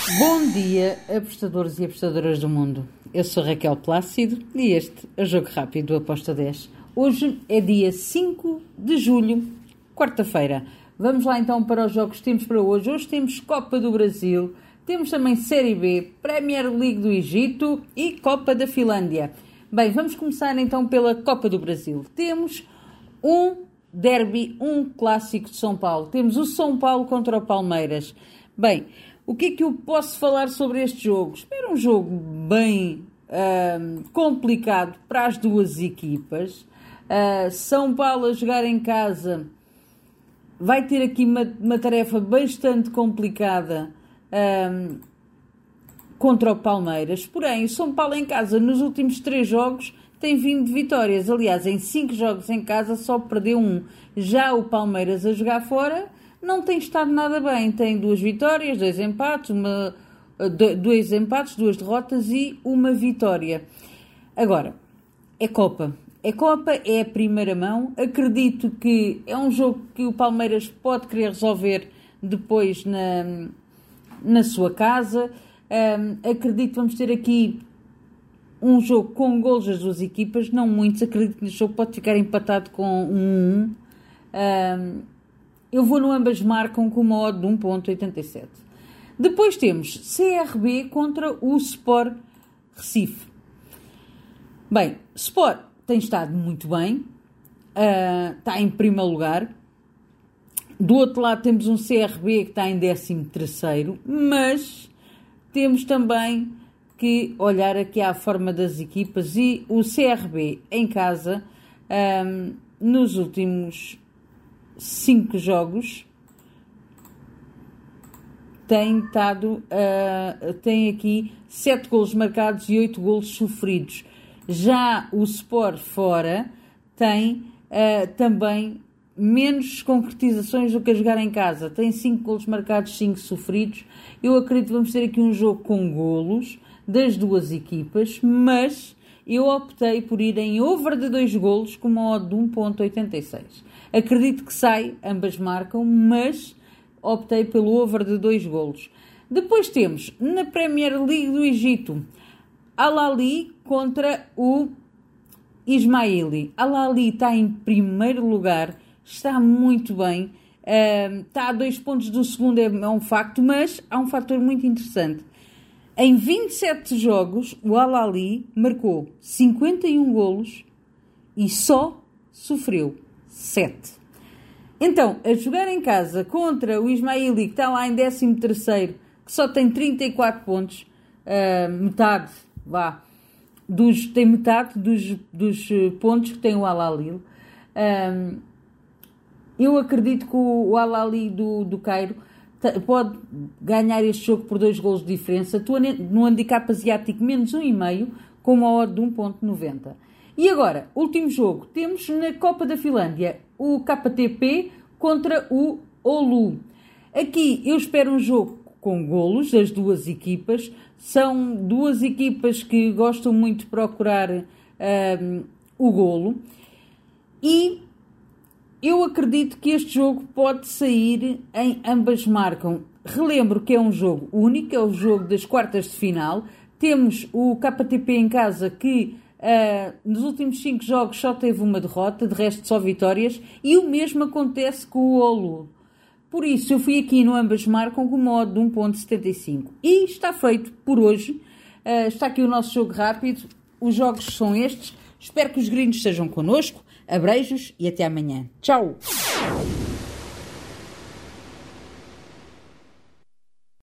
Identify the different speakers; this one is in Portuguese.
Speaker 1: Bom dia, apostadores e apostadoras do mundo. Eu sou Raquel Plácido e este é o Jogo Rápido do Aposta 10. Hoje é dia 5 de julho, quarta-feira. Vamos lá então para os jogos que temos para hoje. Hoje temos Copa do Brasil, temos também Série B, Premier League do Egito e Copa da Finlândia. Bem, vamos começar então pela Copa do Brasil. Temos um derby, um clássico de São Paulo. Temos o São Paulo contra o Palmeiras. Bem, o que é que eu posso falar sobre este jogo? Espero um jogo bem complicado para as duas equipas. São Paulo a jogar em casa vai ter aqui uma tarefa bastante complicada contra o Palmeiras. Porém, o São Paulo em casa nos últimos 3 jogos tem vindo de vitórias. Aliás, em 5 jogos em casa só perdeu 1. Já o Palmeiras a jogar fora não tem estado nada bem. Tem 2 vitórias, 2 empates, 2 derrotas e 1 vitória. Agora, é Copa. É Copa, é a primeira mão. Acredito que é um jogo que o Palmeiras pode querer resolver depois na sua casa. Acredito que vamos ter aqui um jogo com golos das duas equipas, não muitos. Acredito que o jogo pode ficar empatado com 1-1. Eu vou no ambas marcam com uma odd de 1.87. Depois temos CRB contra o Sport Recife. Bem, Sport tem estado muito bem, está em primeiro lugar. Do outro lado temos um CRB que está em 13º, mas temos também que olhar aqui à forma das equipas e o CRB em casa, nos últimos 5 jogos, tem aqui 7 golos marcados e 8 golos sofridos. Já o Sport fora tem também menos concretizações do que a jogar em casa. Tem 5 golos marcados, 5 sofridos. Eu acredito que vamos ter aqui um jogo com golos das duas equipas, mas eu optei por ir em over de 2 golos com uma odd de 1.86. Acredito que sai, ambas marcam, mas optei pelo over de 2 golos. Depois temos, na Premier League do Egito, Al-Ahly contra o Ismaili. Al-Ahly está em primeiro lugar, está muito bem, está a 2 pontos do segundo, é um facto, mas há um fator muito interessante. Em 27 jogos, o Al-Ahly marcou 51 golos e só sofreu 7. Então, a jogar em casa contra o Ismaili, que está lá em 13º, que só tem 34 pontos, tem metade dos pontos que tem o Al-Ahly. Eu acredito que o Al-Ahly do Cairo pode ganhar este jogo por 2 golos de diferença. Estou no handicap asiático menos 1,5 com uma odd de 1.90. E agora, último jogo, temos na Copa da Finlândia o KTP contra o Oulu. Aqui eu espero um jogo com golos das duas equipas. São duas equipas que gostam muito de procurar o golo. E eu acredito que este jogo pode sair em ambas marcam. Relembro que é um jogo único, é o jogo das quartas de final. Temos o KTP em casa que nos últimos 5 jogos só teve uma derrota, de resto só vitórias. E o mesmo acontece com o Oulu. Por isso, eu fui aqui no ambas marcam com uma odd de 1.75. E está feito por hoje. Está aqui o nosso jogo rápido. Os jogos são estes. Espero que os gringos estejam connosco. Abreijos e até amanhã. Tchau!